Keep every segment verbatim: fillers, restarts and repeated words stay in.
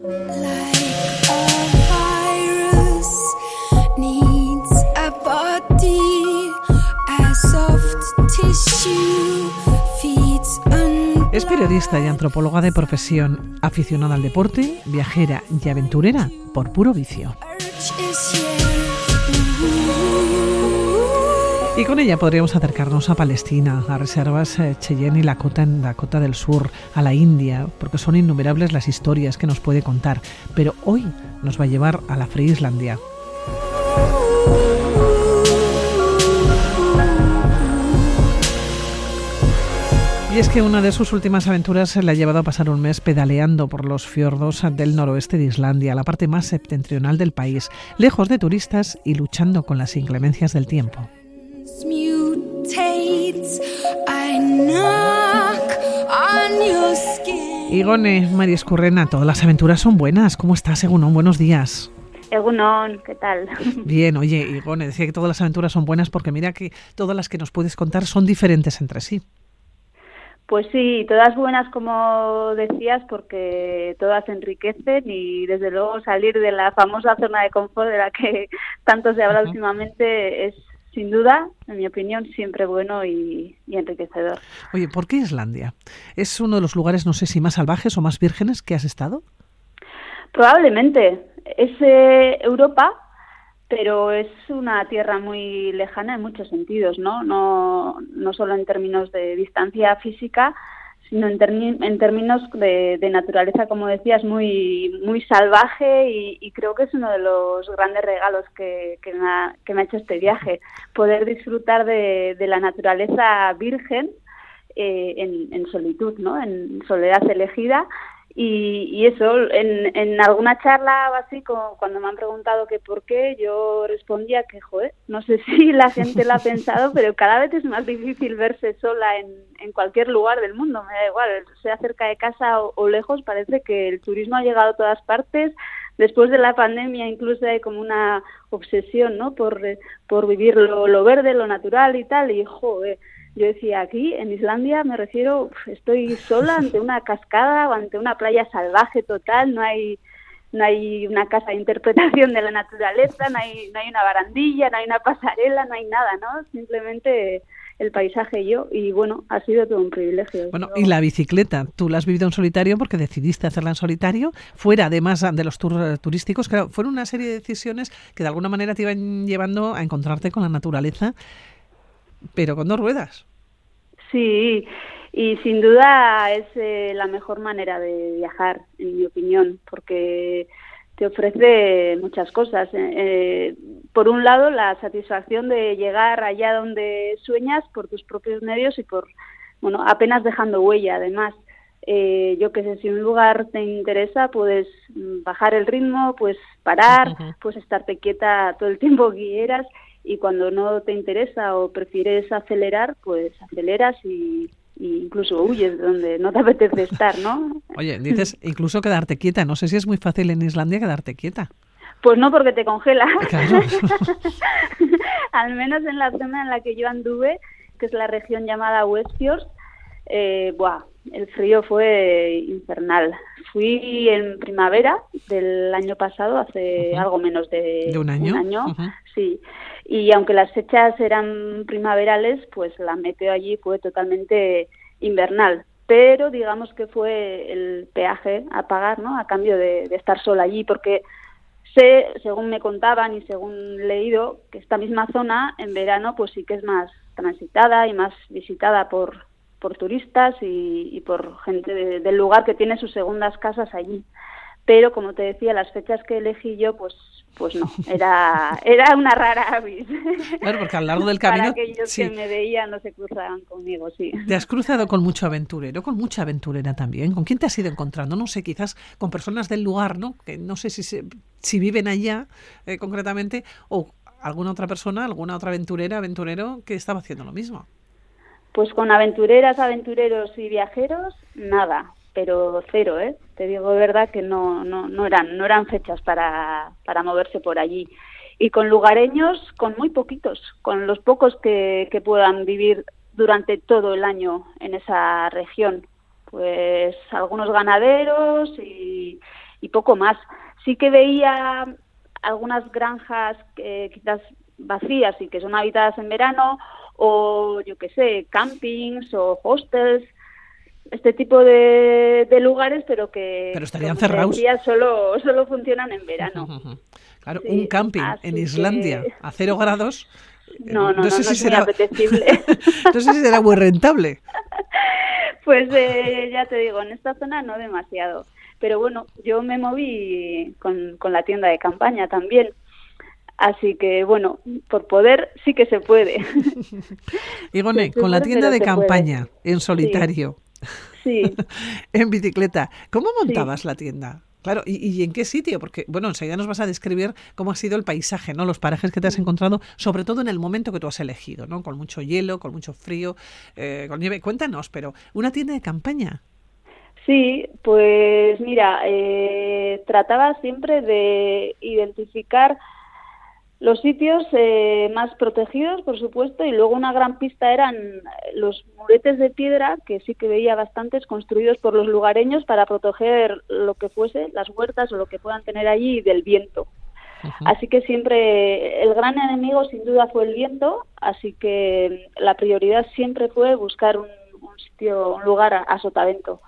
Es periodista y antropóloga de profesión, aficionada al deporte, viajera y aventurera por puro vicio. Y con ella podríamos acercarnos a Palestina, a reservas eh, Cheyenne y Lakota en Dakota del Sur, a la India, porque son innumerables las historias que nos puede contar. Pero hoy nos va a llevar a la Frieslandia. Y es que una de sus últimas aventuras le ha llevado a pasar un mes pedaleando por los fiordos del noroeste de Islandia, la parte más septentrional del país, lejos de turistas y luchando con las inclemencias del tiempo. Igone Mariescurrena, todas las aventuras son buenas. ¿Cómo estás, Egunon? Buenos días. Egunon, ¿qué tal? Bien, oye, Igone, decía que todas las aventuras son buenas porque mira que todas las que nos puedes contar son diferentes entre sí. Pues sí, todas buenas como decías porque todas enriquecen y desde luego salir de la famosa zona de confort de la que tanto se habla uh-huh. últimamente es sin duda, en mi opinión, siempre bueno y, y enriquecedor. Oye, ¿por qué Islandia? ¿Es uno de los lugares, no sé si más salvajes o más vírgenes que has estado? Probablemente. Es eh, Europa, pero es una tierra muy lejana en muchos sentidos, ¿no? No, no solo en términos de distancia física, sino en, termi- en términos de, de naturaleza, como decías, muy muy salvaje y, y creo que es uno de los grandes regalos que, que, me, ha, que me ha hecho este viaje, poder disfrutar de, de la naturaleza virgen eh, en, en solitud, ¿no? En soledad elegida. Y, y eso, en, en alguna charla o así, como cuando me han preguntado que por qué, yo respondía que, joder, no sé si la gente lo ha pensado, pero cada vez es más difícil verse sola en, en cualquier lugar del mundo, me da igual, sea cerca de casa o, o lejos, parece que el turismo ha llegado a todas partes. Después de la pandemia incluso hay como una obsesión, ¿no?, por, por vivir lo, lo verde, lo natural y tal, y joder, yo decía, aquí en Islandia me refiero, estoy sola ante una cascada o ante una playa salvaje total, no hay no hay una casa de interpretación de la naturaleza, no hay no hay una barandilla, no hay una pasarela, no hay nada, ¿no? Simplemente el paisaje y yo, y bueno, ha sido todo un privilegio. Bueno, y la bicicleta, tú la has vivido en solitario porque decidiste hacerla en solitario, fuera además de los tours turísticos, claro, fueron una serie de decisiones que de alguna manera te iban llevando a encontrarte con la naturaleza, pero con dos ruedas. Sí, y sin duda es eh, la mejor manera de viajar, en mi opinión, porque te ofrece muchas cosas. Eh, por un lado, la satisfacción de llegar allá donde sueñas por tus propios medios y por, bueno, apenas dejando huella, además. Eh, yo qué sé, si un lugar te interesa, puedes bajar el ritmo, puedes parar, uh-huh. puedes estarte quieta todo el tiempo que quieras. Y cuando no te interesa o prefieres acelerar, pues aceleras y, y incluso huyes de donde no te apetece estar, ¿no? Oye, dices incluso quedarte quieta. No sé si es muy fácil en Islandia quedarte quieta. Pues no, porque te congela. Claro. Al menos en la zona en la que yo anduve, que es la región llamada Westfjords, eh, buah, el frío fue infernal. Fui en primavera del año pasado, hace uh-huh. algo menos de, ¿De un año, un año uh-huh. sí. Y aunque las fechas eran primaverales, pues la meteo allí fue totalmente invernal. Pero digamos que fue el peaje a pagar, ¿no?, a cambio de, de estar sola allí, porque sé, según me contaban y según leído, que esta misma zona en verano pues sí que es más transitada y más visitada por por turistas y, y por gente de, del lugar que tiene sus segundas casas allí. Pero, como te decía, las fechas que elegí yo, pues pues no, era era una rara avis. Claro, porque a lo largo del camino... Para aquellos sí. que me veían no se cruzaban conmigo, sí. Te has cruzado con mucho aventurero, con mucha aventurera también. ¿Con quién te has ido encontrando? No sé, quizás con personas del lugar, ¿no?, que no sé si se, si viven allá eh, concretamente, o alguna otra persona, alguna otra aventurera, aventurero que estaba haciendo lo mismo. Pues con aventureras, aventureros y viajeros, nada, pero cero, ¿eh? Te digo de verdad que no no no eran no eran fechas para para moverse por allí. Y con lugareños, con muy poquitos, con los pocos que, que puedan vivir durante todo el año en esa región. Pues algunos ganaderos y, y poco más. Sí que veía algunas granjas eh, quizás vacías y que son habitadas en verano, o yo qué sé, campings o hostels, este tipo de, de lugares, pero que pero estarían como te cerrados. decía, solo, solo funcionan en verano. Claro, Sí, un camping en Islandia que... a cero grados, no, no, no no, sé no si es muy será, apetecible. no sé si será muy rentable. Pues eh, ya te digo, en esta zona no demasiado. Pero bueno, yo me moví con, con la tienda de campaña también. Así que, bueno, por poder sí que se puede. Igone, se con la puede, tienda pero de se campaña puede. en solitario, Sí, en bicicleta, ¿cómo sí. montabas la tienda? Claro, ¿y, y en qué sitio? Porque, bueno, enseguida nos vas a describir cómo ha sido el paisaje, ¿no? Los parajes que te has Sí. encontrado, sobre todo en el momento que tú has elegido, ¿no? Con mucho hielo, con mucho frío, eh, con nieve. Cuéntanos, pero una tienda de campaña. Sí, pues mira, eh, trataba siempre de identificar los sitios eh, más protegidos, por supuesto, y luego una gran pista eran los muretes de piedra, que sí que veía bastantes, construidos por los lugareños para proteger lo que fuese, las huertas o lo que puedan tener allí del viento. Uh-huh. Así que siempre el gran enemigo sin duda fue el viento, así que la prioridad siempre fue buscar un, un sitio, un lugar a, a sotavento.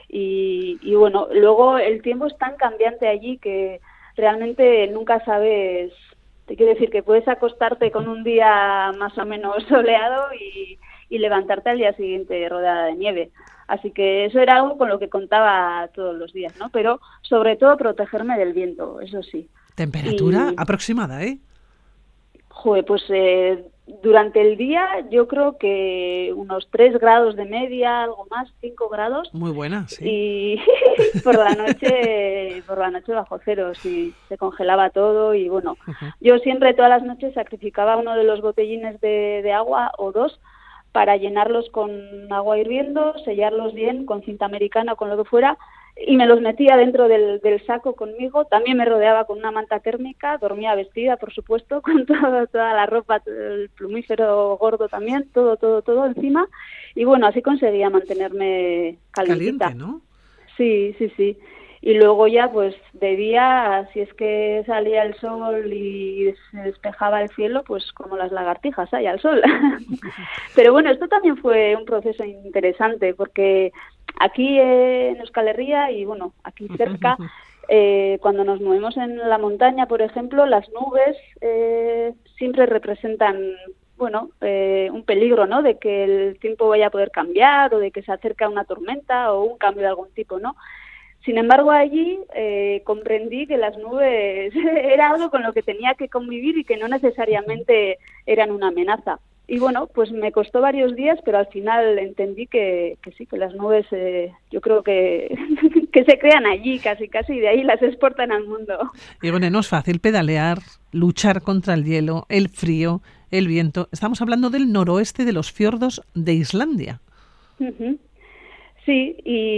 Y, y bueno, luego el tiempo es tan cambiante allí que realmente nunca sabes. Te quiero decir que puedes acostarte con un día más o menos soleado y, y levantarte al día siguiente rodeada de nieve. Así que eso era algo con lo que contaba todos los días, ¿no? Pero sobre todo protegerme del viento, eso sí. Temperatura Y, aproximada, ¿eh? joder, pues eh, durante el día yo creo que unos tres grados de media, algo más, cinco grados. Muy buena, sí. Y por la noche, por la noche bajo cero, sí, se congelaba todo y bueno, uh-huh. Yo siempre todas las noches sacrificaba uno de los botellines de, de agua o dos para llenarlos con agua hirviendo, sellarlos bien con cinta americana o con lo que fuera y me los metía dentro del, del saco conmigo. También me rodeaba con una manta térmica, dormía vestida, por supuesto, con todo, toda la ropa, el plumífero gordo también, todo, todo, todo encima. Y bueno, así conseguía mantenerme calentita. Caliente, ¿no? Sí, sí, sí. Y luego ya, pues de día, si es que salía el sol y se despejaba el cielo, pues como las lagartijas hay al sol. Pero bueno, esto también fue un proceso interesante porque aquí eh, en Euskal Herria y bueno, aquí cerca, eh, cuando nos movemos en la montaña, por ejemplo, las nubes eh, siempre representan, bueno, eh, un peligro, ¿no? De que el tiempo vaya a poder cambiar o de que se acerca una tormenta o un cambio de algún tipo, ¿no? Sin embargo, allí eh, comprendí que las nubes era algo con lo que tenía que convivir y que no necesariamente eran una amenaza. Y bueno, pues me costó varios días, pero al final entendí que, que sí, que las nubes eh, yo creo que, que se crean allí casi, casi, y de ahí las exportan al mundo. Y bueno, no es fácil pedalear, luchar contra el hielo, el frío, el viento. Estamos hablando del noroeste de los fiordos de Islandia. Uh-huh. Sí,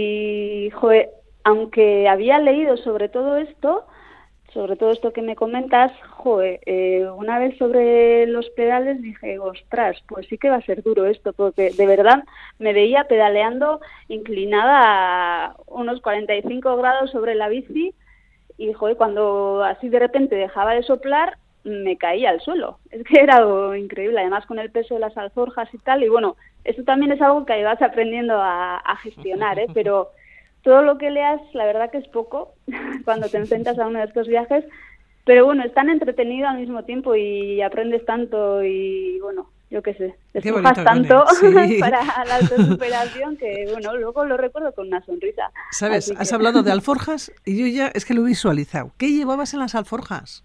y joder, aunque había leído sobre todo esto, sobre todo esto que me comentas, joder, eh, una vez sobre los pedales dije, ostras, pues sí que va a ser duro esto, porque de verdad me veía pedaleando inclinada a unos cuarenta y cinco grados sobre la bici y, joder, cuando así de repente dejaba de soplar, me caía al suelo. Es que era algo increíble, además con el peso de las alforjas y tal, y bueno, esto también es algo que vas aprendiendo a, a gestionar, ¿eh? Pero todo lo que leas, la verdad que es poco cuando te enfrentas a uno de estos viajes, pero bueno, es tan entretenido al mismo tiempo y aprendes tanto y bueno, yo qué sé, te estrujas tanto sí. para la autosuperación que bueno, luego lo recuerdo con una sonrisa. ¿Sabes? Así Has que... hablado de alforjas y yo ya es que lo he visualizado. ¿Qué llevabas en las alforjas?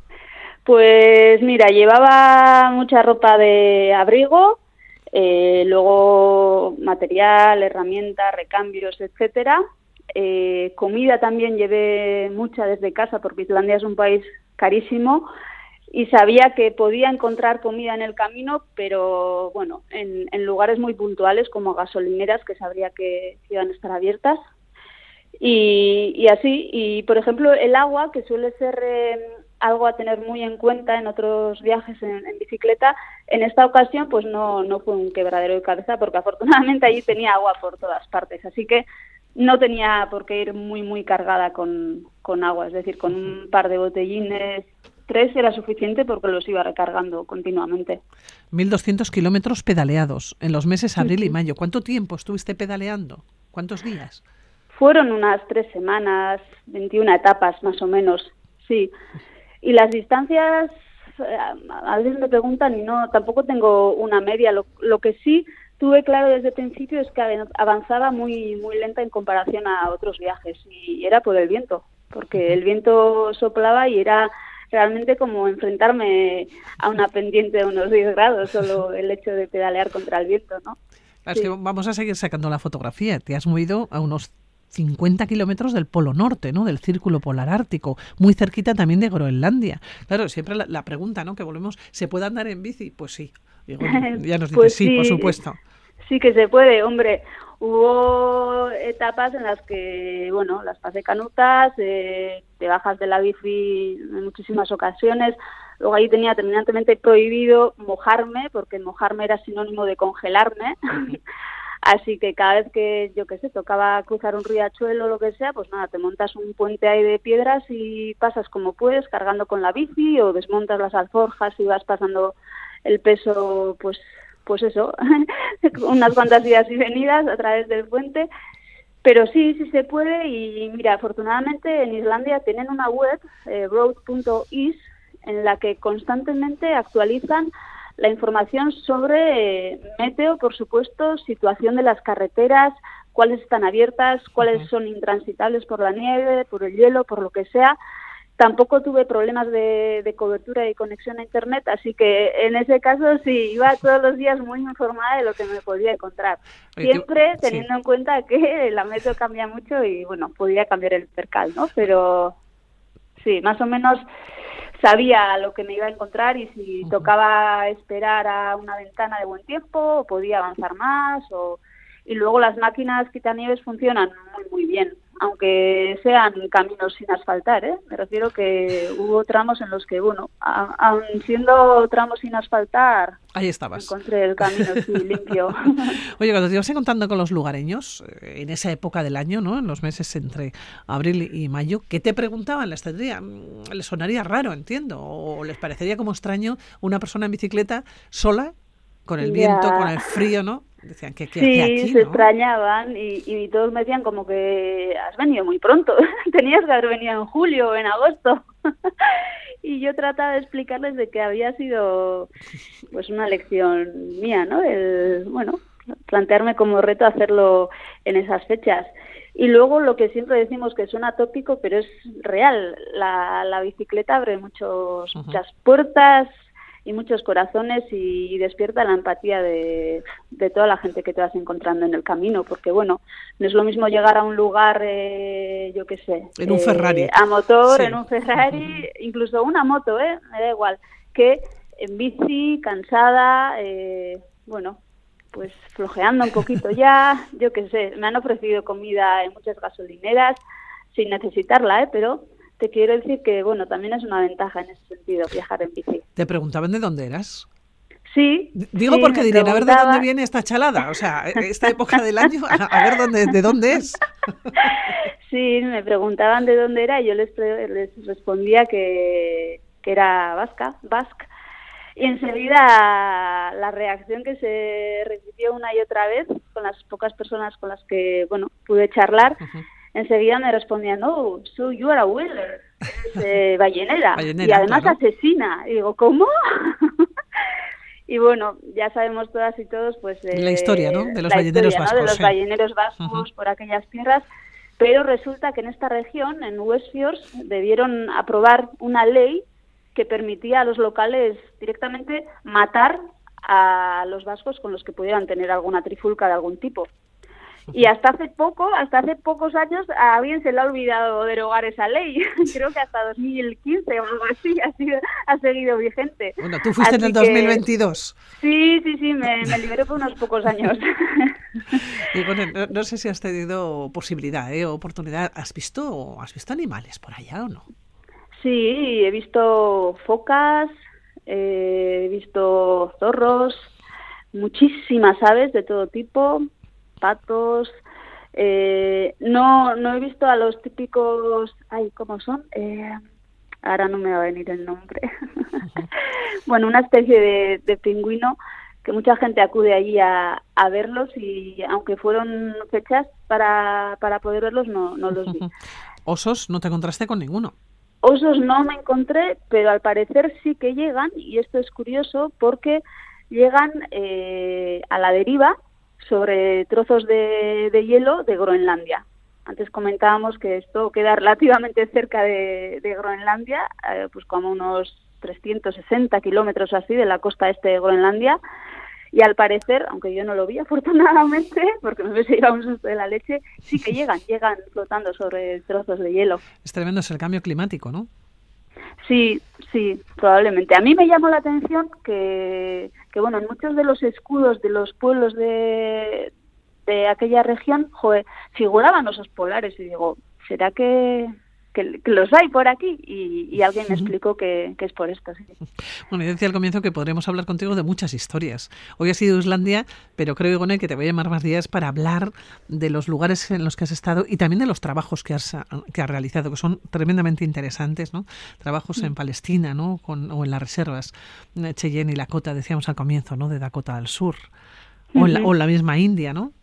Pues mira, llevaba mucha ropa de abrigo, Eh, luego material, herramientas, recambios, etcétera. Eh, comida también llevé mucha desde casa porque Islandia es un país carísimo y sabía que podía encontrar comida en el camino, pero bueno, en, en lugares muy puntuales como gasolineras que sabría que iban a estar abiertas. Y, y así, y por ejemplo el agua, que suele ser eh, algo a tener muy en cuenta en otros viajes en, en bicicleta, en esta ocasión pues no, no fue un quebradero de cabeza porque afortunadamente allí tenía agua por todas partes, así que no tenía por qué ir muy, muy cargada con, con agua, es decir, con un par de botellines, tres era suficiente porque los iba recargando continuamente. mil doscientos kilómetros pedaleados en los meses abril y mayo. ¿Cuánto tiempo estuviste pedaleando? ¿Cuántos días? Fueron unas tres semanas, veintiuna etapas más o menos, sí. Y las distancias, a veces me preguntan y no, tampoco tengo una media. Lo, lo que sí tuve claro desde el principio es que avanzaba muy, muy lenta en comparación a otros viajes, y era por el viento, porque el viento soplaba y era realmente como enfrentarme a una pendiente de unos diez grados, solo el hecho de pedalear contra el viento, ¿no? Es Sí. que vamos a seguir sacando la fotografía. Te has movido a unos cincuenta kilómetros del Polo Norte, ¿no? Del Círculo Polar Ártico, muy cerquita también de Groenlandia. Claro, siempre la, la pregunta, ¿no? Que volvemos, ¿se puede andar en bici? Pues sí. Y bueno, ya nos dices, pues sí, sí, por supuesto. Sí que se puede, hombre. Hubo etapas en las que, bueno, las pasé canutas, eh, te bajas de la bici en muchísimas ocasiones. Luego ahí tenía terminantemente prohibido mojarme, porque mojarme era sinónimo de congelarme. Así que cada vez que, yo qué sé, tocaba cruzar un riachuelo o lo que sea, pues nada, te montas un puente ahí de piedras y pasas como puedes, cargando con la bici, o desmontas las alforjas y vas pasando el peso, pues pues eso, unas cuantas idas y venidas a través del puente. Pero sí, sí se puede. Y mira, afortunadamente en Islandia tienen una web, eh, road punto is, en la que constantemente actualizan la información sobre eh, meteo, por supuesto, situación de las carreteras, cuáles están abiertas, cuáles son intransitables por la nieve, por el hielo, por lo que sea. Tampoco tuve problemas de, de cobertura y conexión a internet, así que en ese caso sí, iba todos los días muy informada de lo que me podía encontrar. Siempre teniendo sí. en cuenta que la meteo cambia mucho y, bueno, podía cambiar el percal, ¿no? Pero sí, más o menos sabía lo que me iba a encontrar, y si uh-huh. tocaba esperar a una ventana de buen tiempo, podía avanzar más. O Y luego las máquinas quitanieves funcionan muy, muy bien, aunque sean caminos sin asfaltar, ¿eh? Me refiero que hubo tramos en los que, bueno, aun siendo tramos sin asfaltar, ahí estabas. Encontré el camino así limpio. Oye, cuando te ibas encontrando con los lugareños, en esa época del año, ¿no? En los meses entre abril y mayo, ¿qué te preguntaban? ¿Les tendría, les sonaría raro, entiendo? ¿O les parecería como extraño una persona en bicicleta sola, con el viento, ya. con el frío, ¿no? Decían que, que sí, aquí, se ¿no? extrañaban y, y todos me decían como que has venido muy pronto, tenías que haber venido en julio o en agosto. Y yo trataba de explicarles de que había sido pues una lección mía, ¿no? El, bueno, plantearme como reto hacerlo en esas fechas. Y luego lo que siempre decimos, que suena tópico, pero es real, la, la bicicleta abre muchos, uh-huh. muchas puertas y muchos corazones, y, y despierta la empatía de, de toda la gente que te vas encontrando en el camino, porque bueno, no es lo mismo llegar a un lugar, eh, yo qué sé, en un eh, Ferrari, a motor, sí. en un Ferrari, uh-huh. incluso una moto, eh, me da igual, que en bici, cansada, eh, bueno, pues flojeando un poquito ya, yo qué sé, me han ofrecido comida en muchas gasolineras sin necesitarla, eh, pero te quiero decir que, bueno, también es una ventaja en ese sentido, viajar en bici. ¿Te preguntaban de dónde eras? Sí. Digo sí, porque dirían, preguntaba... a ver de dónde viene esta chalada, o sea, esta época del año, a ver dónde, de dónde es. Sí, me preguntaban de dónde era y yo les, les respondía que, que era vasca, vasca. Y enseguida la reacción que se repitió una y otra vez con las pocas personas con las que, bueno, pude charlar, uh-huh. enseguida me respondían, oh, so you are a whaler, eres eh, ballenera, ballenera, y además claro. asesina. Y digo, ¿cómo? Y bueno, ya sabemos todas y todos, pues... Eh, la historia, ¿no? De los la balleneros historia, vascos. ¿no? De los sí. balleneros vascos uh-huh. por aquellas tierras, pero resulta que en esta región, en Westfjords, debieron aprobar una ley que permitía a los locales directamente matar a los vascos con los que pudieran tener alguna trifulca de algún tipo. Y hasta hace poco, hasta hace pocos años, a alguien se le ha olvidado derogar esa ley. Creo que hasta dos mil quince o algo así ha, sido, ha seguido vigente. Bueno, tú fuiste así en el dos mil veintidós. Que, sí, sí, sí, me, me liberé por unos pocos años. Y bueno, no, no sé si has tenido posibilidad, ¿eh? oportunidad. ¿Has visto, ¿Has visto animales por allá o no? Sí, he visto focas, eh, he visto zorros, muchísimas aves de todo tipo, patos, Eh, no, no he visto a los típicos, ay, ¿cómo son? Eh, ahora no me va a venir el nombre. Uh-huh. Bueno, una especie de, de pingüino que mucha gente acude allí a, a verlos y aunque fueron fechas para, para poder verlos, no, no los vi. ¿Osos no te encontraste con ninguno? Osos no me encontré, pero al parecer sí que llegan, y esto es curioso porque llegan eh, a la deriva sobre trozos de, de hielo de Groenlandia. Antes comentábamos que esto queda relativamente cerca de, de Groenlandia, eh, pues como unos trescientos sesenta kilómetros así de la costa este de Groenlandia, y al parecer, aunque yo no lo vi afortunadamente, porque me hubiese llevado un susto de la leche, sí que llegan, llegan flotando sobre trozos de hielo. Es tremendo, es el cambio climático, ¿no? Sí, sí, probablemente. A mí me llamó la atención que, que bueno, en muchos de los escudos de los pueblos de, de aquella región, joder, figuraban osos polares y digo, ¿será que, que, que los hay por aquí? Y, y alguien me explicó que, que es por esto. Sí. Bueno, yo decía al comienzo que podremos hablar contigo de muchas historias. Hoy has ido a Islandia, pero creo, Igone, que te voy a llamar más días para hablar de los lugares en los que has estado y también de los trabajos que has, que has realizado, que son tremendamente interesantes, ¿no? Trabajos sí. en Palestina, ¿no? Con, o en las reservas Cheyenne y Lakota, decíamos al comienzo, ¿no? De Dakota del Sur, o, uh-huh. en la, o en la misma India, ¿no?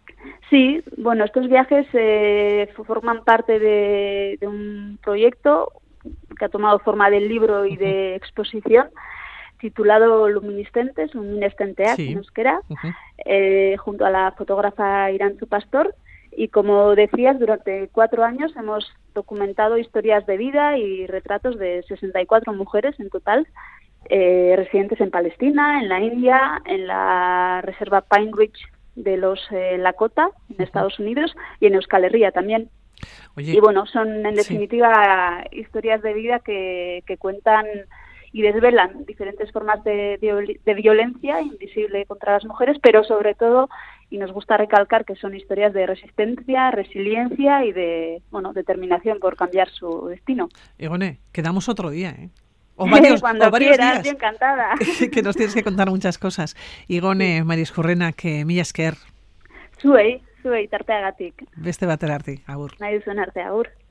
Sí, bueno, estos viajes eh, forman parte de, de un proyecto que ha tomado forma de libro y de exposición titulado Luminiscentes, Luminescenteak, sí. en euskera, uh-huh. eh, junto a la fotógrafa Irantzu Pastor. Y como decías, durante cuatro años hemos documentado historias de vida y retratos de sesenta y cuatro mujeres en total, eh, residentes en Palestina, en la India, en la reserva Pine Ridge de los eh, Lakota, en uh-huh. Estados Unidos, y en Euskal Herria también. Oye, y bueno, son en definitiva sí. historias de vida que, que cuentan y desvelan diferentes formas de, de, de violencia invisible contra las mujeres, pero sobre todo, y nos gusta recalcar que son historias de resistencia, resiliencia y de bueno determinación por cambiar su destino. Igone, quedamos otro día, ¿eh? O varios, Cuando o varios quieras, días. encantada. Que, que nos tienes que contar muchas cosas. Igone, sí. María Escurrena, que mila esker. Zuei, zuei, tarteagatik. Beste batera arte, agur. Nahi duzun arte, agur.